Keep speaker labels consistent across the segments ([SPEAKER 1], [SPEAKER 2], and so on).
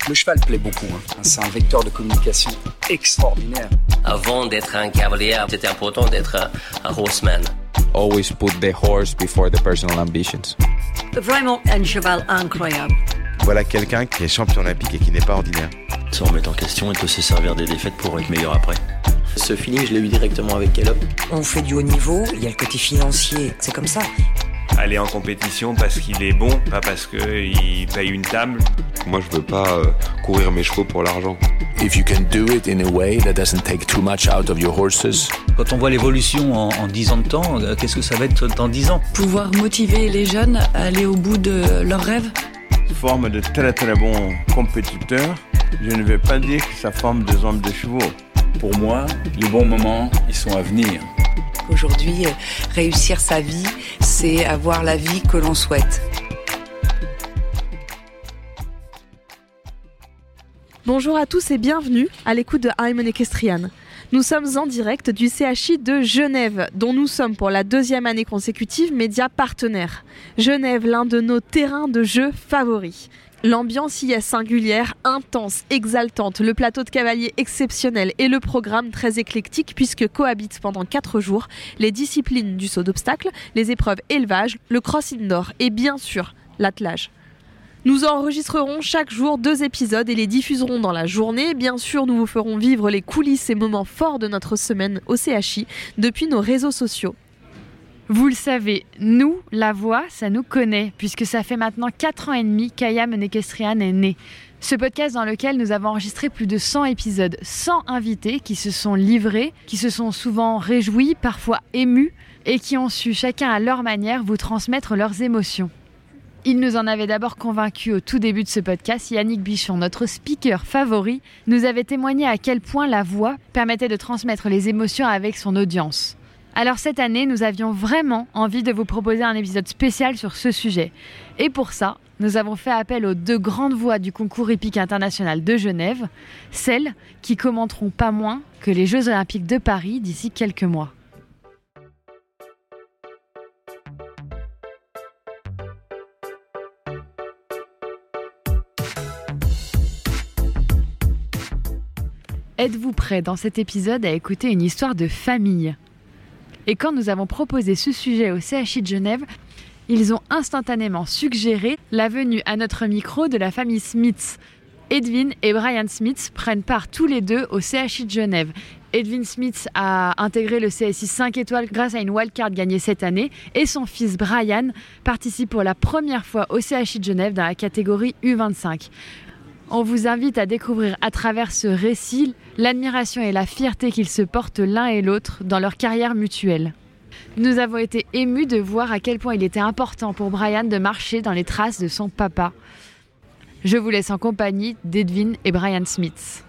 [SPEAKER 1] Le cheval plaît beaucoup, C'est un vecteur de communication extraordinaire.
[SPEAKER 2] Avant d'être un cavalier, c'était important d'être un horseman.
[SPEAKER 3] Always put the horse before the personal ambitions.
[SPEAKER 4] Vraiment un cheval incroyable.
[SPEAKER 5] Voilà quelqu'un qui est champion olympique et qui n'est pas ordinaire.
[SPEAKER 6] Se remettre en question et peut se servir des défaites pour être meilleur après.
[SPEAKER 7] Ce feeling, je l'ai eu directement avec Caleb.
[SPEAKER 4] On fait du haut niveau, il y a le côté financier, c'est comme ça.
[SPEAKER 8] Aller en compétition parce qu'il est bon, pas parce qu'il paye une table.
[SPEAKER 9] Moi, je veux pas courir mes chevaux pour l'argent.
[SPEAKER 10] If you can do it in a way that doesn't take too much out of your horses.
[SPEAKER 11] Quand on voit l'évolution en 10 ans de temps, qu'est-ce que ça va être dans 10 ans ?
[SPEAKER 12] Pouvoir motiver les jeunes à aller au bout de leurs rêves.
[SPEAKER 13] Forme de très très bons compétiteurs. Je ne vais pas dire que ça forme des hommes de chevaux.
[SPEAKER 14] Pour moi, les bons moments, ils sont à venir.
[SPEAKER 12] Aujourd'hui, réussir sa vie, c'est avoir la vie que l'on souhaite.
[SPEAKER 15] Bonjour à tous et bienvenue à l'écoute de I'm an Equestrian. Nous sommes en direct du CHI de Genève, dont nous sommes pour la 2e année consécutive média partenaire. Genève, l'un de nos terrains de jeu favoris. L'ambiance y est singulière, intense, exaltante, le plateau de cavaliers exceptionnel et le programme très éclectique puisque cohabitent pendant 4 jours les disciplines du saut d'obstacle, les épreuves élevage, le cross indoor et bien sûr l'attelage. Nous enregistrerons chaque jour 2 épisodes et les diffuserons dans la journée. Bien sûr, nous vous ferons vivre les coulisses et moments forts de notre semaine au CHI depuis nos réseaux sociaux.
[SPEAKER 16] Vous le savez, nous, la voix, ça nous connaît, puisque ça fait maintenant 4 ans et demi qu'I'm an Equestrian est né. Ce podcast dans lequel nous avons enregistré plus de 100 épisodes, 100 invités qui se sont livrés, qui se sont souvent réjouis, parfois émus, et qui ont su chacun à leur manière vous transmettre leurs émotions. Il nous en avait d'abord convaincus au tout début de ce podcast. Yannick Bichon, notre speaker favori, nous avait témoigné à quel point la voix permettait de transmettre les émotions avec son audience. Alors cette année, nous avions vraiment envie de vous proposer un épisode spécial sur ce sujet. Et pour ça, nous avons fait appel aux 2 grandes voix du concours hippique international de Genève, celles qui commenteront pas moins que les Jeux Olympiques de Paris d'ici quelques mois. Êtes-vous prêts dans cet épisode à écouter une histoire de famille ? Et quand nous avons proposé ce sujet au CHI de Genève, ils ont instantanément suggéré la venue à notre micro de la famille Smith. Edwin et Brian Smith prennent part tous les 2 au CHI de Genève. Edwin Smith a intégré le CSI 5 étoiles grâce à une wildcard gagnée cette année et son fils Brian participe pour la première fois au CHI de Genève dans la catégorie U25. On vous invite à découvrir à travers ce récit l'admiration et la fierté qu'ils se portent l'un et l'autre dans leur carrière mutuelle. Nous avons été émus de voir à quel point il était important pour Brian de marcher dans les traces de son papa. Je vous laisse en compagnie d'Edwin et Brian Smith.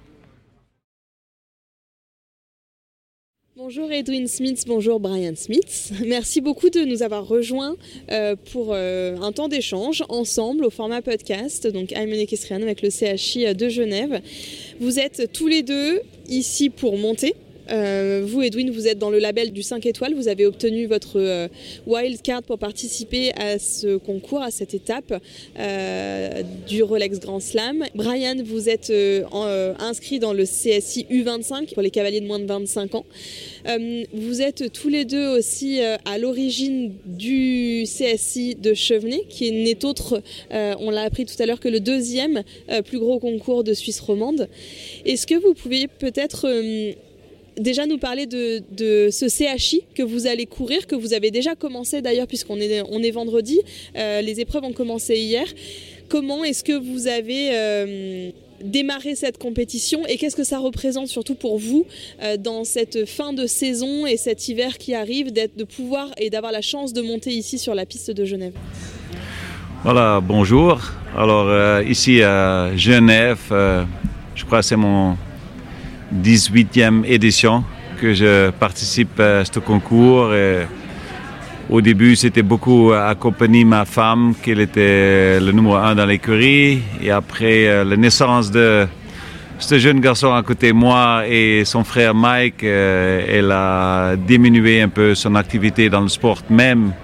[SPEAKER 15] Bonjour Edwin Smith, bonjour Brian Smith. Merci beaucoup de nous avoir rejoints pour un temps d'échange ensemble au format podcast, donc I'm an Equestrian avec le CHI de Genève. Vous êtes tous les 2 ici pour monter. Vous, Edwin, vous êtes dans le label du 5 étoiles. Vous avez obtenu votre wildcard pour participer à ce concours, à cette étape du Rolex Grand Slam. Brian, vous êtes inscrit dans le CSI U25 pour les cavaliers de moins de 25 ans. Vous êtes tous les 2 aussi à l'origine du CSI de Chevenay, qui n'est autre, on l'a appris tout à l'heure, que le 2e plus gros concours de Suisse romande. Est-ce que vous pouvez peut-être déjà nous parler de ce CHI que vous allez courir, que vous avez déjà commencé d'ailleurs puisqu'on est vendredi, les épreuves ont commencé hier. Comment est-ce que vous avez démarré cette compétition et qu'est-ce que ça représente surtout pour vous dans cette fin de saison et cet hiver qui arrive, de pouvoir et d'avoir la chance de monter ici sur la piste de Genève?
[SPEAKER 17] Voilà, bonjour. Alors ici à Genève, je crois que c'est mon 18e édition que je participe à ce concours. Et au début, c'était beaucoup accompagner ma femme, qui était le numéro 1 dans l'écurie. Et après la naissance de ce jeune garçon à côté de moi et son frère Mike, elle a diminué un peu son activité dans le sport même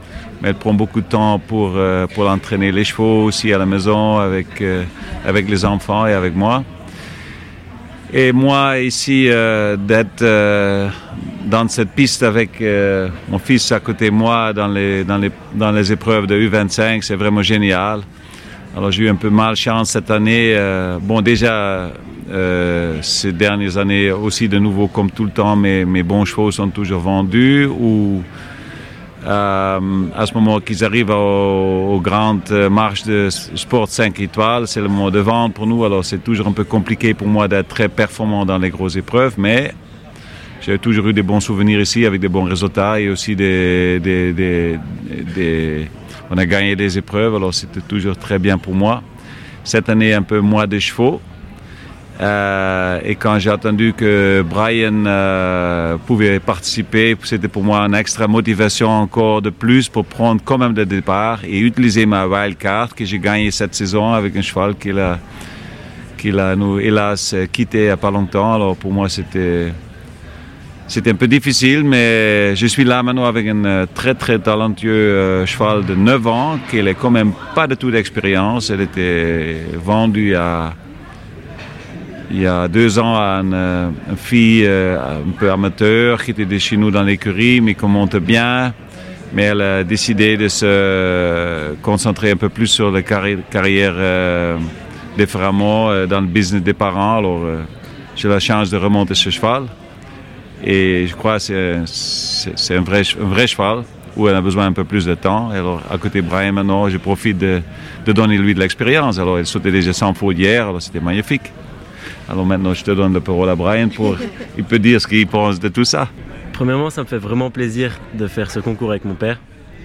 [SPEAKER 17] mais elle prend beaucoup de temps pour entraîner les chevaux aussi à la maison avec les enfants et avec moi. Et moi ici, d'être dans cette piste avec mon fils à côté de moi dans les épreuves de U25, c'est vraiment génial. Alors j'ai eu un peu malchance cette année. Déjà, ces dernières années aussi de nouveau comme tout le temps, mes bons chevaux sont toujours vendus ou à ce moment qu'ils arrivent aux grandes marches de sport 5 étoiles, c'est le moment de vente pour nous. Alors c'est toujours un peu compliqué pour moi d'être très performant dans les grosses épreuves, mais j'ai toujours eu des bons souvenirs ici avec des bons résultats et aussi on a gagné des épreuves, alors c'était toujours très bien pour moi. Cette année, un peu moins de chevaux. Et quand j'ai entendu que Brian pouvait participer, c'était pour moi une extra motivation encore de plus pour prendre quand même le départ et utiliser ma wildcard que j'ai gagnée cette saison avec un cheval qu'il a nous, hélas, quitté il n'y a pas longtemps. Alors pour moi, c'était un peu difficile, mais je suis là maintenant avec un très très talentueux cheval de 9 ans qui n'a quand même pas de tout d'expérience. Elle était vendue il y a 2 ans à une fille un peu amateur qui était de chez nous dans l'écurie, mais qui monte bien. Mais elle a décidé de se concentrer un peu plus sur la carrière différemment dans le business des parents. Alors j'ai la chance de remonter ce cheval. Et je crois que c'est un vrai cheval où elle a besoin un peu plus de temps. Alors, à côté de Brian, maintenant, je profite de donner lui de l'expérience. Alors, elle sautait déjà 100 fautes hier, alors c'était magnifique. Alors maintenant, je te donne la parole à Brian il peut dire ce qu'il pense de tout ça.
[SPEAKER 7] Premièrement, ça me fait vraiment plaisir de faire ce concours avec mon père.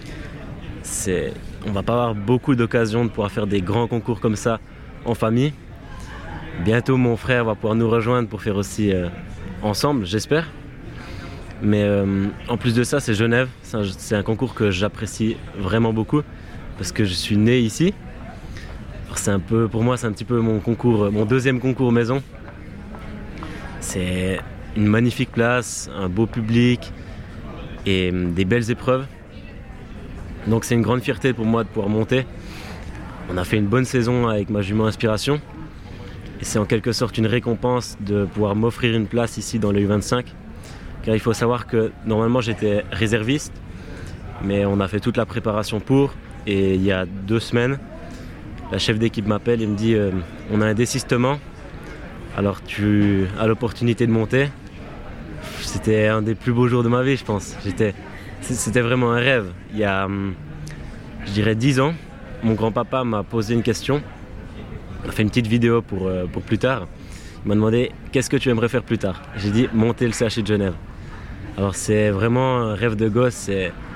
[SPEAKER 7] On va pas avoir beaucoup d'occasions de pouvoir faire des grands concours comme ça en famille. Bientôt, mon frère va pouvoir nous rejoindre pour faire aussi ensemble, j'espère. Mais en plus de ça, c'est Genève. C'est un concours que j'apprécie vraiment beaucoup parce que je suis né ici. Alors pour moi, c'est un petit peu mon deuxième concours maison. C'est une magnifique place, un beau public et des belles épreuves. Donc c'est une grande fierté pour moi de pouvoir monter. On a fait une bonne saison avec ma jument Inspiration. Et c'est en quelque sorte une récompense de pouvoir m'offrir une place ici dans le U25. Car il faut savoir que normalement j'étais réserviste, mais on a fait toute la préparation pour. Et il y a 2 semaines, la chef d'équipe m'appelle et me dit on a un désistement, alors tu as l'opportunité de monter. C'était un des plus beaux jours de ma vie, je pense. C'était vraiment un rêve. Il y a, je dirais 10 ans, mon grand-papa m'a posé une question. On a fait une petite vidéo pour plus tard. Il m'a demandé qu'est-ce que tu aimerais faire plus tard. J'ai dit monter le CHI de Genève. Alors c'est vraiment un rêve de gosse.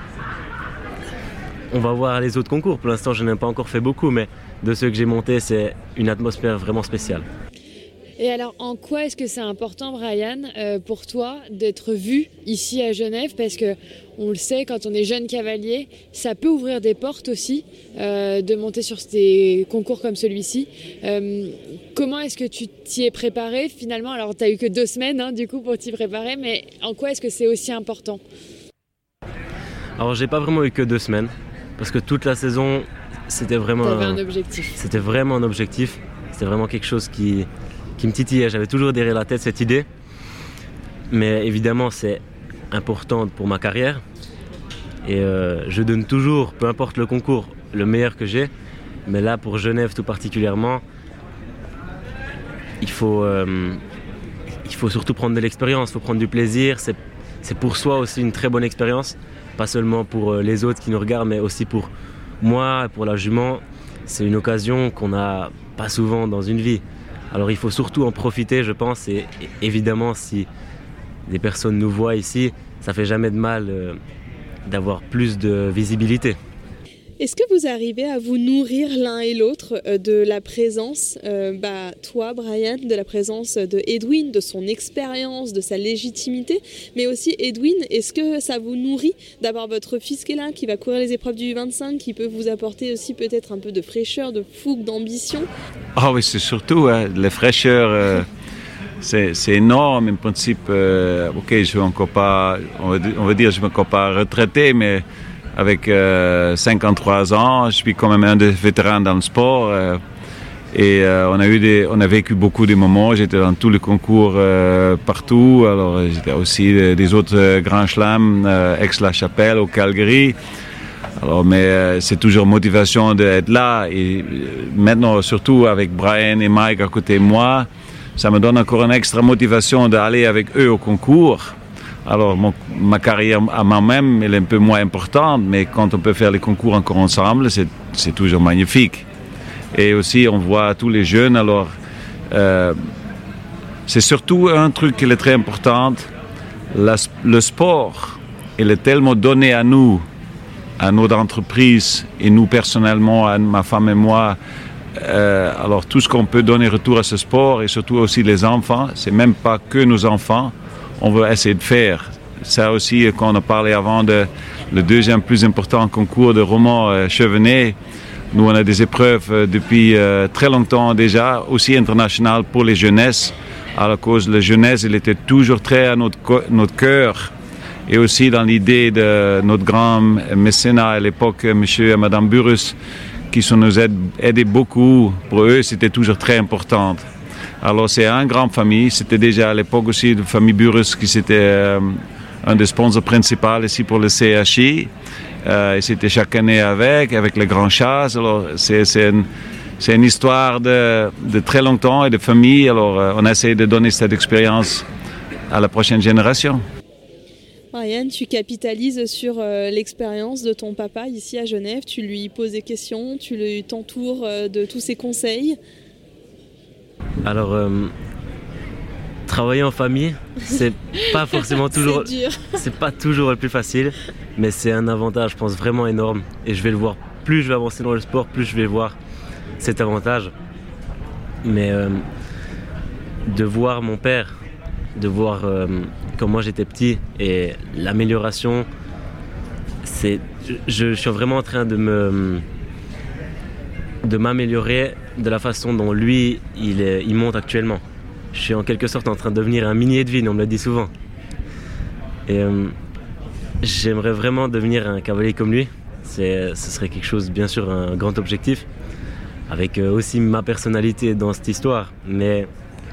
[SPEAKER 7] On va voir les autres concours. Pour l'instant, je n'ai pas encore fait beaucoup, mais de ceux que j'ai montés, c'est une atmosphère vraiment spéciale.
[SPEAKER 15] Et alors, en quoi est-ce que c'est important, Brian, pour toi, d'être vu ici à Genève? Parce que on le sait, quand on est jeune cavalier, ça peut ouvrir des portes aussi, de monter sur des concours comme celui-ci. Comment est-ce que tu t'y es préparé finalement? Alors, tu n'as eu que 2 semaines du coup pour t'y préparer, mais en quoi est-ce que c'est aussi important?
[SPEAKER 7] Alors, j'ai pas vraiment eu que 2 semaines, parce que toute la saison, c'était vraiment...
[SPEAKER 15] T'avais un objectif.
[SPEAKER 7] C'était vraiment un objectif. C'était vraiment quelque chose qui me titillait. J'avais toujours derrière la tête cette idée. Mais évidemment, c'est important pour ma carrière. Et je donne toujours, peu importe le concours, le meilleur que j'ai. Mais là, pour Genève tout particulièrement, il faut surtout prendre de l'expérience, il faut prendre du plaisir. C'est pour soi aussi une très bonne expérience. Pas seulement pour les autres qui nous regardent, mais aussi pour moi et pour la jument. C'est une occasion qu'on n'a pas souvent dans une vie. Alors il faut surtout en profiter, je pense, et évidemment si des personnes nous voient ici, ça fait jamais de mal d'avoir plus de visibilité.
[SPEAKER 15] Est-ce que vous arrivez à vous nourrir l'un et l'autre de la présence, toi Brian, de la présence de Edwin, de son expérience, de sa légitimité, mais aussi Edwin, est-ce que ça vous nourrit d'avoir votre fils qui est là, qui va courir les épreuves du U25, qui peut vous apporter aussi peut-être un peu de fraîcheur, de fougue, d'ambition?
[SPEAKER 17] Ah oui, c'est surtout la fraîcheur. C'est énorme, en principe. Ok, je suis encore pas, on va dire, je suis encore pas retraité, mais avec 53 ans. Je suis quand même un des vétérans dans le sport. On a vécu beaucoup de moments. J'étais dans tous les concours partout. Alors j'étais aussi des autres grands chelems, Aix-la-Chapelle, au Calgary. Alors, mais c'est toujours motivation d'être là. Et maintenant, surtout avec Brian et Mike à côté de moi, ça me donne encore une extra motivation d'aller avec eux au concours. Alors, ma carrière à moi-même, elle est un peu moins importante, mais quand on peut faire les concours encore ensemble, c'est toujours magnifique. Et aussi, on voit tous les jeunes. Alors, c'est surtout un truc qui est très important. Le sport, il est tellement donné à nous, à notre entreprise et nous personnellement, à ma femme et moi. Alors tout ce qu'on peut donner retour à ce sport et surtout aussi les enfants, c'est même pas que nos enfants, on veut essayer de faire. Ça aussi, quand on a parlé avant le deuxième plus important concours de roman Chevenet, nous on a des épreuves depuis très longtemps déjà, aussi internationales pour les jeunesses. À la cause de la jeunesse, il était toujours très à notre cœur. Et aussi dans l'idée de notre grand mécénat à l'époque, monsieur et madame Burrus, qui nous aidé beaucoup. Pour eux, c'était toujours très important. Alors, c'est une grande famille. C'était déjà à l'époque aussi de la famille Burrus, qui c'était un des sponsors principaux ici pour le CHI. Et c'était chaque année avec les grands chasses. Alors, c'est une histoire de très longtemps et de famille. Alors, on essaie de donner cette expérience à la prochaine génération.
[SPEAKER 15] Brian, tu capitalises sur l'expérience de ton papa ici à Genève, tu lui poses des questions, tu t'entoures de tous ses conseils.
[SPEAKER 7] Alors, travailler en famille, c'est pas forcément toujours, c'est pas toujours le plus facile, mais c'est un avantage, je pense, vraiment énorme. Et je vais le voir, plus je vais avancer dans le sport, plus je vais voir cet avantage. Mais de voir mon père, de voir quand moi j'étais petit et l'amélioration, je suis vraiment en train de m'améliorer de la façon dont lui il monte actuellement. Je suis en quelque sorte en train de devenir un mini Edwin, on me le dit souvent. Et j'aimerais vraiment devenir un cavalier comme lui. Ce serait quelque chose, bien sûr, un grand objectif, avec aussi ma personnalité dans cette histoire. Mais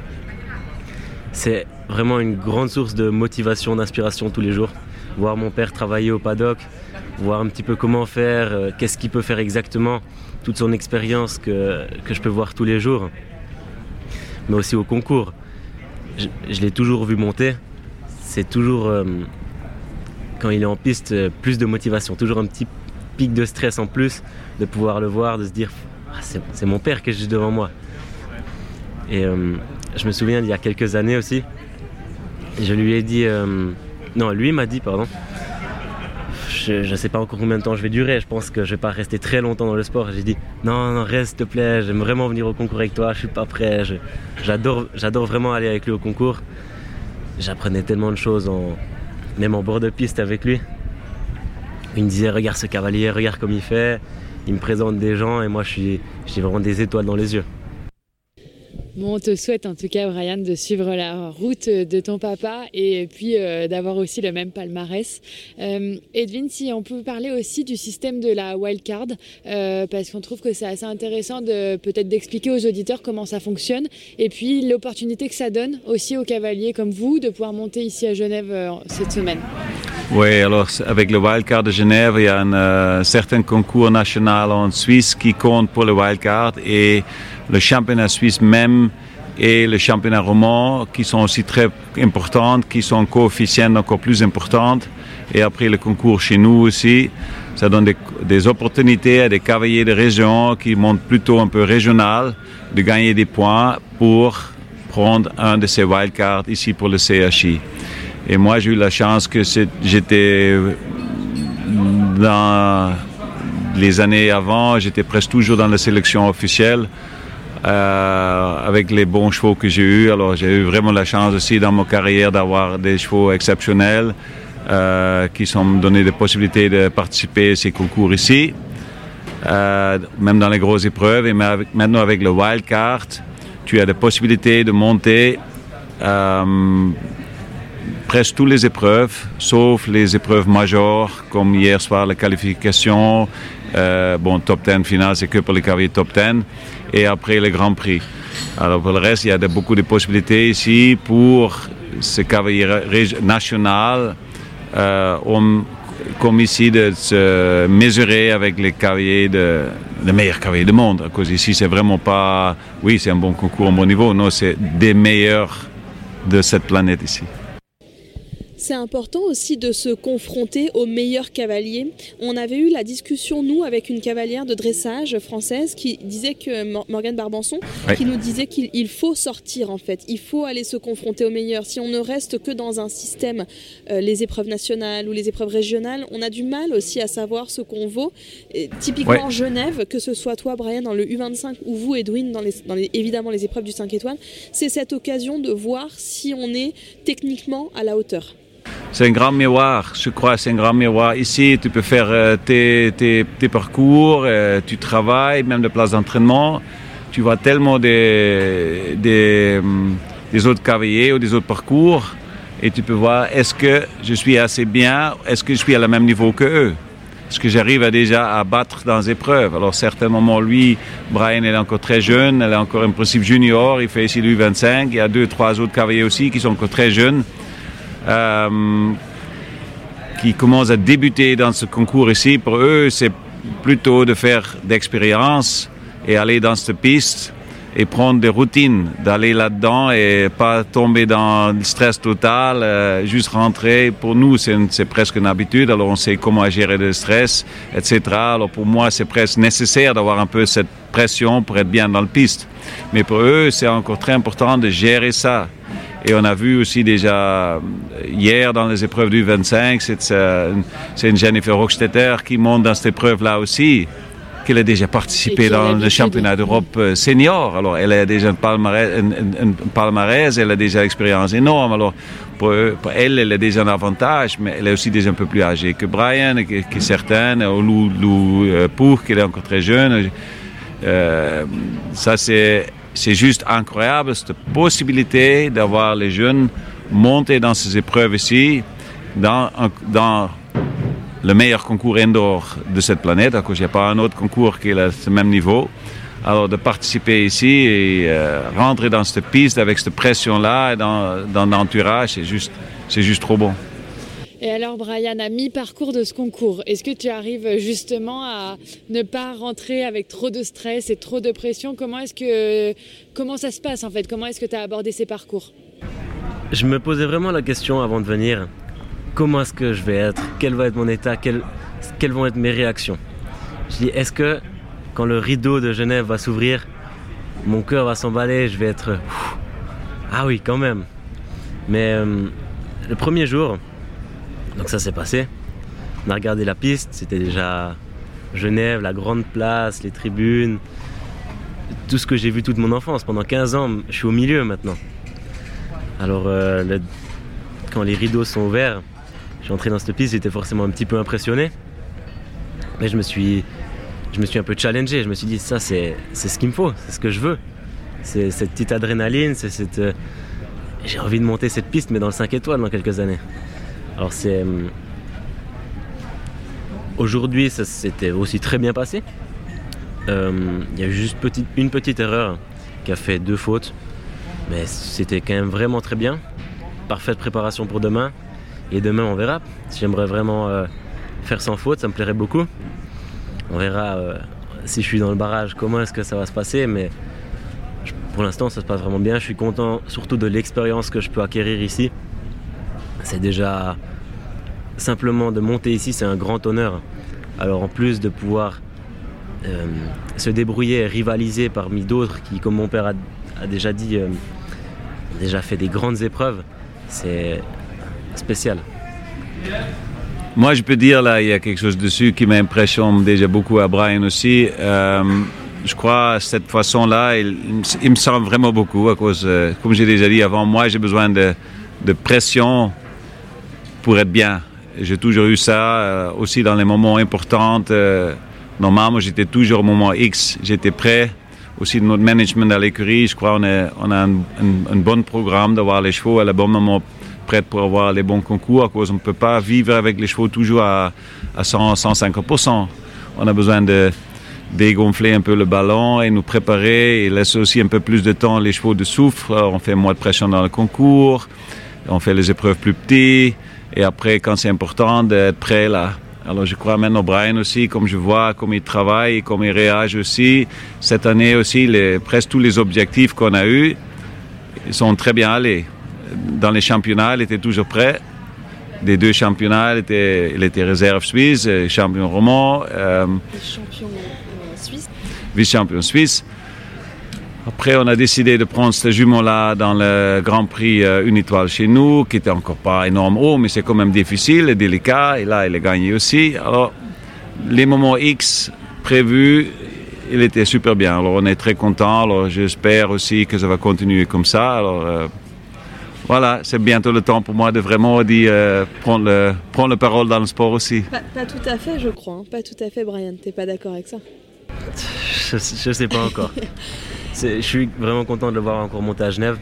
[SPEAKER 7] c'est vraiment une grande source de motivation, d'inspiration tous les jours. Voir mon père travailler au paddock, voir un petit peu comment faire, qu'est-ce qu'il peut faire exactement, toute son expérience que je peux voir tous les jours. Mais aussi au concours. Je l'ai toujours vu monter. C'est toujours, quand il est en piste, plus de motivation, toujours un petit pic de stress en plus, de pouvoir le voir, de se dire c'est mon père qui est juste devant moi. Et je me souviens d'il y a quelques années aussi, je lui ai dit, lui m'a dit, pardon, je ne sais pas encore combien de temps je vais durer, je pense que je ne vais pas rester très longtemps dans le sport. J'ai dit, non, reste s'il te plaît, j'aime vraiment venir au concours avec toi, je ne suis pas prêt, j'adore vraiment aller avec lui au concours. J'apprenais tellement de choses, même en bord de piste avec lui. Il me disait, regarde ce cavalier, regarde comme il fait, il me présente des gens et moi j'ai vraiment des étoiles dans les yeux.
[SPEAKER 16] Bon, on te souhaite en tout cas, Brian, de suivre la route de ton papa et puis d'avoir aussi le même palmarès. Edwin, si on peut parler aussi du système de la wildcard, parce qu'on trouve que c'est assez intéressant peut-être d'expliquer aux auditeurs comment ça fonctionne et puis l'opportunité que ça donne aussi aux cavaliers comme vous de pouvoir monter ici à Genève cette semaine.
[SPEAKER 17] Oui, alors avec le wildcard de Genève, il y a un certain concours national en Suisse qui compte pour le wildcard et le championnat suisse même et le championnat roman qui sont aussi très importants, qui sont coefficients encore plus importants. Et après le concours chez nous aussi, ça donne des opportunités à des cavaliers de région qui montent plutôt un peu régional de gagner des points pour prendre un de ces wildcards ici pour le CHI. Et moi, j'ai eu la chance que j'étais dans les années avant, j'étais presque toujours dans la sélection officielle avec les bons chevaux que j'ai eus. Alors, j'ai eu vraiment la chance aussi dans ma carrière d'avoir des chevaux exceptionnels qui sont donné des possibilités de participer à ces concours ici, même dans les grosses épreuves. Et maintenant, avec le wildcard, tu as des possibilités de monter presque toutes les épreuves, sauf les épreuves majeures, comme hier soir la qualification. Top 10 finale, c'est que pour les cavaliers top 10, et après le Grand Prix. Alors pour le reste, il y a beaucoup de possibilités ici pour ce cavalier national, comme ici, de se mesurer avec les cavaliers les meilleurs cavaliers du monde. À cause ici, c'est vraiment pas, oui, c'est un bon concours au bon niveau, non, c'est des meilleurs de cette planète ici.
[SPEAKER 15] C'est important aussi de se confronter aux meilleurs cavaliers. On avait eu la discussion, nous, avec une cavalière de dressage française qui disait que, Morgane Barbançon, qui nous disait qu'il faut sortir en fait. Il faut aller se confronter aux meilleurs. Si on ne reste que dans un système, les épreuves nationales ou les épreuves régionales, on a du mal aussi à savoir ce qu'on vaut. Et, typiquement Genève, que ce soit toi, Brian, dans le U25 ou vous, Edwin, dans évidemment les épreuves du 5 étoiles, c'est cette occasion de voir si on est techniquement à la hauteur.
[SPEAKER 17] C'est un grand miroir, je crois, c'est un grand miroir. Ici, tu peux faire tes parcours, tu travailles, même de place d'entraînement. Tu vois tellement des autres cavaliers ou des autres parcours et tu peux voir, est-ce que je suis assez bien, est-ce que je suis à le même niveau qu'eux? Est-ce que j'arrive déjà à battre dans les épreuves? Alors, certainement, lui, Brian, il est encore très jeune, il est encore en principe junior, il fait ici le U25. Il y a 2-3 autres cavaliers aussi qui sont encore très jeunes. Qui commencent à débuter dans ce concours ici. Pour eux, c'est plutôt de faire d'expérience et aller dans cette piste et prendre des routines, d'aller là-dedans et pas tomber dans le stress total, juste rentrer. Pour nous, c'est presque une habitude, alors on sait comment gérer le stress, etc. Alors pour moi, c'est presque nécessaire d'avoir un peu cette pression pour être bien dans la piste. Mais pour eux, c'est encore très important de gérer ça. Et on a vu aussi déjà hier dans les épreuves du 25, c'est une Jennifer Hochstetter qui monte dans cette épreuve-là aussi, qu'elle a déjà participé dans le championnat d'Europe senior. Alors elle a déjà un palmarès, elle a déjà une expérience énorme. Alors pour elle a déjà un avantage, mais elle est aussi déjà un peu plus âgée que Brian, que certaines, ou Lou Pour, qui est encore très jeune. Ça c'est juste incroyable, cette possibilité d'avoir les jeunes monter dans ces épreuves ici, dans le meilleur concours indoor de cette planète, à cause il n'y a pas un autre concours qui est à ce même niveau. Alors de participer ici et rentrer dans cette piste avec cette pression-là, dans l'entourage, c'est juste trop bon.
[SPEAKER 16] Et alors Brian, à mi-parcours de ce concours, est-ce que tu arrives justement à ne pas rentrer avec trop de stress et trop de pression? Comment ça se passe en fait? Comment est-ce que tu as abordé ces parcours?
[SPEAKER 7] Je me posais vraiment la question avant de venir. Comment est-ce que je vais être? Quel va être mon état? Quelles vont être mes réactions? Je dis, est-ce que quand le rideau de Genève va s'ouvrir, mon cœur va s'emballer, je vais être... Ah oui, quand même. Mais le premier jour... Donc ça s'est passé, on a regardé la piste, c'était déjà Genève, la grande place, les tribunes, tout ce que j'ai vu toute mon enfance. Pendant 15 ans, je suis au milieu maintenant. Alors quand les rideaux sont ouverts, je suis entré dans cette piste, j'étais forcément un petit peu impressionné. Mais je me suis un peu challengé, je me suis dit ça c'est ce qu'il me faut, c'est ce que je veux. C'est cette petite adrénaline, j'ai envie de monter cette piste mais dans le 5 étoiles dans quelques années. Alors aujourd'hui ça s'était aussi très bien passé. Il y a eu juste une petite erreur qui a fait 2 fautes, mais c'était quand même vraiment très bien. Parfaite préparation pour demain, et demain on verra. J'aimerais vraiment faire sans faute, ça me plairait beaucoup. On verra si je suis dans le barrage comment est-ce que ça va se passer, mais pour l'instant ça se passe vraiment bien. Je suis content surtout de l'expérience que je peux acquérir ici. C'est déjà simplement de monter ici, c'est un grand honneur. Alors en plus de pouvoir se débrouiller et rivaliser parmi d'autres qui, comme mon père a déjà dit, ont déjà fait des grandes épreuves, c'est spécial.
[SPEAKER 17] Moi je peux dire là, il y a quelque chose dessus qui m'impressionne déjà beaucoup à Brian aussi. Je crois cette façon-là, il me semble vraiment beaucoup à cause, comme j'ai déjà dit avant, moi j'ai besoin de pression pour être bien. J'ai toujours eu ça, aussi dans les moments importants. Normalement, j'étais toujours au moment X, j'étais prêt. Aussi, notre management à l'écurie, je crois on a un bon programme d'avoir les chevaux à le bon moment prêts pour avoir les bons concours, à cause on ne peut pas vivre avec les chevaux toujours à 100-150%. On a besoin de dégonfler un peu le ballon et nous préparer et laisser aussi un peu plus de temps les chevaux de souffle. Alors, on fait moins de pression dans le concours, on fait les épreuves plus petites et après quand c'est important d'être prêt là. Alors je crois maintenant Brian aussi, comme je vois, comme il travaille, comme il réagit aussi. Cette année aussi, presque tous les objectifs qu'on a eus, ils sont très bien allés. Dans les championnats, il était toujours prêt. Des 2 championnats, il était réserve suisse, champion roman.
[SPEAKER 15] Champion suisse.
[SPEAKER 17] Vice-champion suisse. Après, on a décidé de prendre ce jument-là dans le Grand Prix Une Étoile chez nous, qui était encore pas énorme haut, mais c'est quand même difficile et délicat. Et là, il a gagné aussi. Alors, les moments X prévus, il était super bien. Alors, on est très content. Alors, j'espère aussi que ça va continuer comme ça. Alors, voilà, c'est bientôt le temps pour moi de vraiment prendre la parole dans le sport aussi.
[SPEAKER 15] Pas tout à fait, je crois. Hein. Pas tout à fait, Brian. T'es pas d'accord avec ça?
[SPEAKER 7] Je sais pas encore. Je suis vraiment content de le voir encore monter à Genève.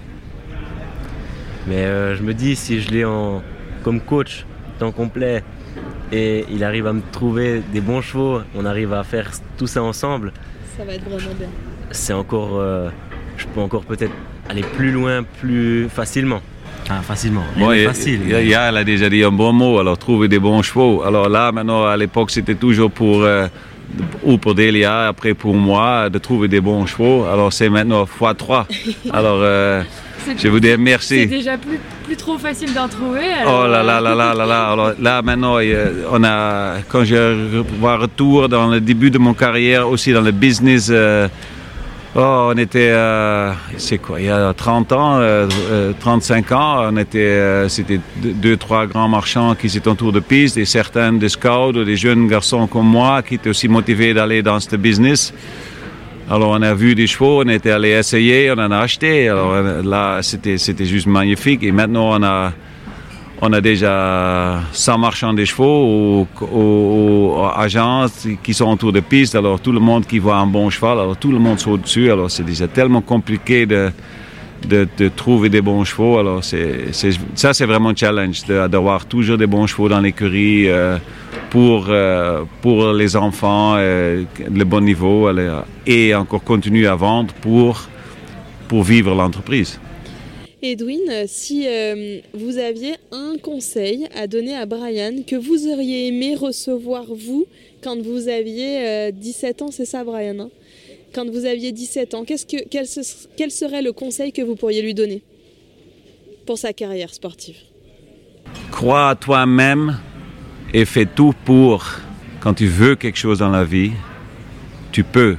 [SPEAKER 7] Mais je me dis, si je l'ai comme coach, temps complet, et il arrive à me trouver des bons chevaux, on arrive à faire tout ça ensemble.
[SPEAKER 15] Ça va être vraiment bien.
[SPEAKER 7] C'est encore... je peux encore peut-être aller plus loin, plus facilement. Facilement.
[SPEAKER 17] Bon, facile. Elle a déjà dit un bon mot, alors trouver des bons chevaux. Alors là, maintenant, à l'époque, c'était toujours pour Delia, après pour moi, de trouver des bons chevaux. Alors c'est maintenant x3. Alors je vous dis merci.
[SPEAKER 16] C'est déjà plus trop facile d'en trouver.
[SPEAKER 17] Alors... Oh là là là là là là. Alors là maintenant, quand je vois retour dans le début de mon carrière, aussi dans le business, on était, c'est quoi, il y a 30 ans, 35 ans, c'était 2-3 grands marchands qui étaient autour de piste et certains des scouts ou des jeunes garçons comme moi qui étaient aussi motivés d'aller dans ce business. Alors on a vu des chevaux, on était allé essayer, on en a acheté. Alors là, c'était juste magnifique. Et maintenant, on a déjà 100 marchands de chevaux ou agences qui sont autour de piste. Alors tout le monde qui voit un bon cheval, alors tout le monde saute dessus. Alors c'est déjà tellement compliqué de trouver des bons chevaux. Alors ça c'est vraiment un challenge d'avoir toujours des bons chevaux dans l'écurie pour les enfants, le bon niveau et encore continuer à vendre pour vivre l'entreprise.
[SPEAKER 15] Edwin, si vous aviez un conseil à donner à Brian que vous auriez aimé recevoir vous quand vous aviez 17 ans, c'est ça Brian, hein? Quand vous aviez 17 ans, quel serait le conseil que vous pourriez lui donner pour sa carrière sportive?
[SPEAKER 17] Crois à toi-même et fais tout pour, quand tu veux quelque chose dans la vie, tu peux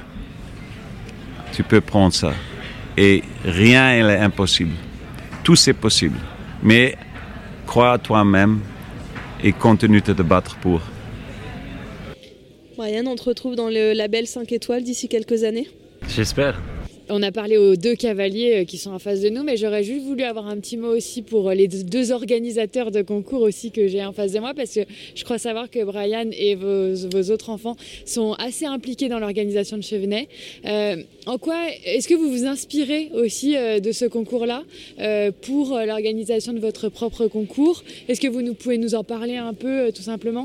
[SPEAKER 17] prendre ça. Et rien n'est impossible. Tout c'est possible. Mais crois à toi-même et continue de te battre pour.
[SPEAKER 15] Brian, on te retrouve dans le label 5 étoiles d'ici quelques années?
[SPEAKER 7] J'espère.
[SPEAKER 16] On a parlé aux 2 cavaliers qui sont en face de nous, mais j'aurais juste voulu avoir un petit mot aussi pour les 2 organisateurs de concours aussi que j'ai en face de moi, parce que je crois savoir que Brian et vos autres enfants sont assez impliqués dans l'organisation de Chevenay. En quoi est-ce que vous vous inspirez aussi de ce concours-là pour l'organisation de votre propre concours? Est-ce que vous pouvez nous en parler un peu, tout simplement?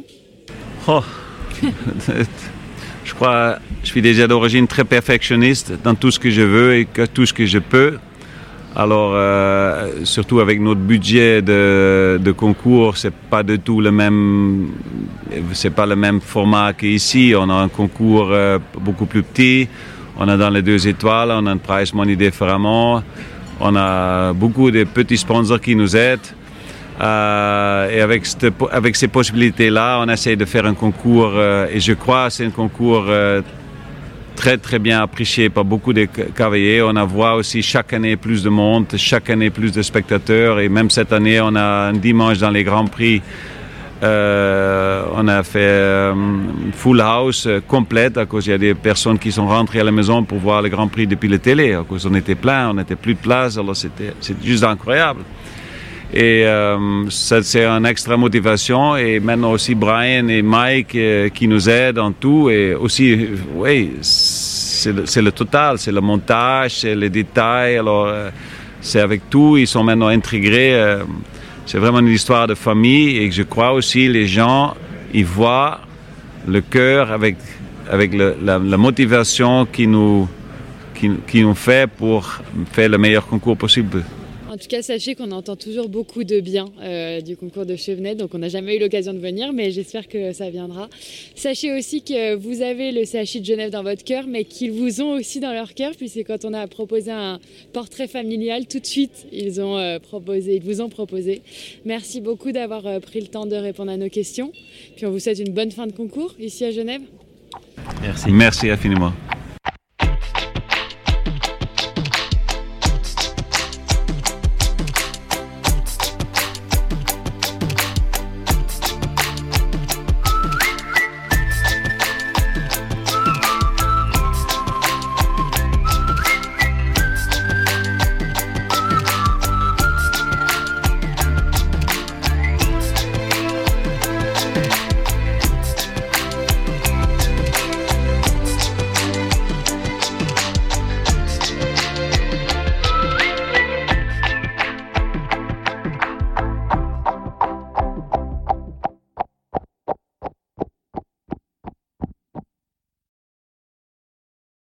[SPEAKER 17] Je crois, je suis déjà d'origine très perfectionniste dans tout ce que je veux et tout ce que je peux. Alors, surtout avec notre budget de concours, c'est pas du tout le même format qu'ici. On a un concours beaucoup plus petit. On a dans les 2 étoiles, on a un prize money différemment. On a beaucoup de petits sponsors qui nous aident. Et avec ces possibilités-là, on essaie de faire un concours et je crois que c'est un concours très très bien apprécié par beaucoup de cavaliers. On voit aussi chaque année plus de monde, chaque année plus de spectateurs et même cette année, on a un dimanche dans les Grands Prix, on a fait full house complète à cause il y a des personnes qui sont rentrées à la maison pour voir le Grand Prix depuis la télé à cause on était plein, on n'était plus de place, alors c'est juste incroyable. Et ça, c'est une extra motivation. Et maintenant aussi Brian et Mike qui nous aident en tout. Et aussi, oui, c'est le total, c'est le montage, c'est les détails. Alors, c'est avec tout, ils sont maintenant intégrés c'est vraiment une histoire de famille et je crois aussi les gens, ils voient le cœur avec la motivation qui nous fait pour faire le meilleur concours possible.
[SPEAKER 16] En tout cas, sachez qu'on entend toujours beaucoup de bien du concours de Chevenets, donc on n'a jamais eu l'occasion de venir, mais j'espère que ça viendra. Sachez aussi que vous avez le CHI de Genève dans votre cœur, mais qu'ils vous ont aussi dans leur cœur, puisque quand on a proposé un portrait familial, tout de suite, ils vous ont proposé. Merci beaucoup d'avoir pris le temps de répondre à nos questions. Puis on vous souhaite une bonne fin de concours ici à Genève.
[SPEAKER 17] Merci infiniment.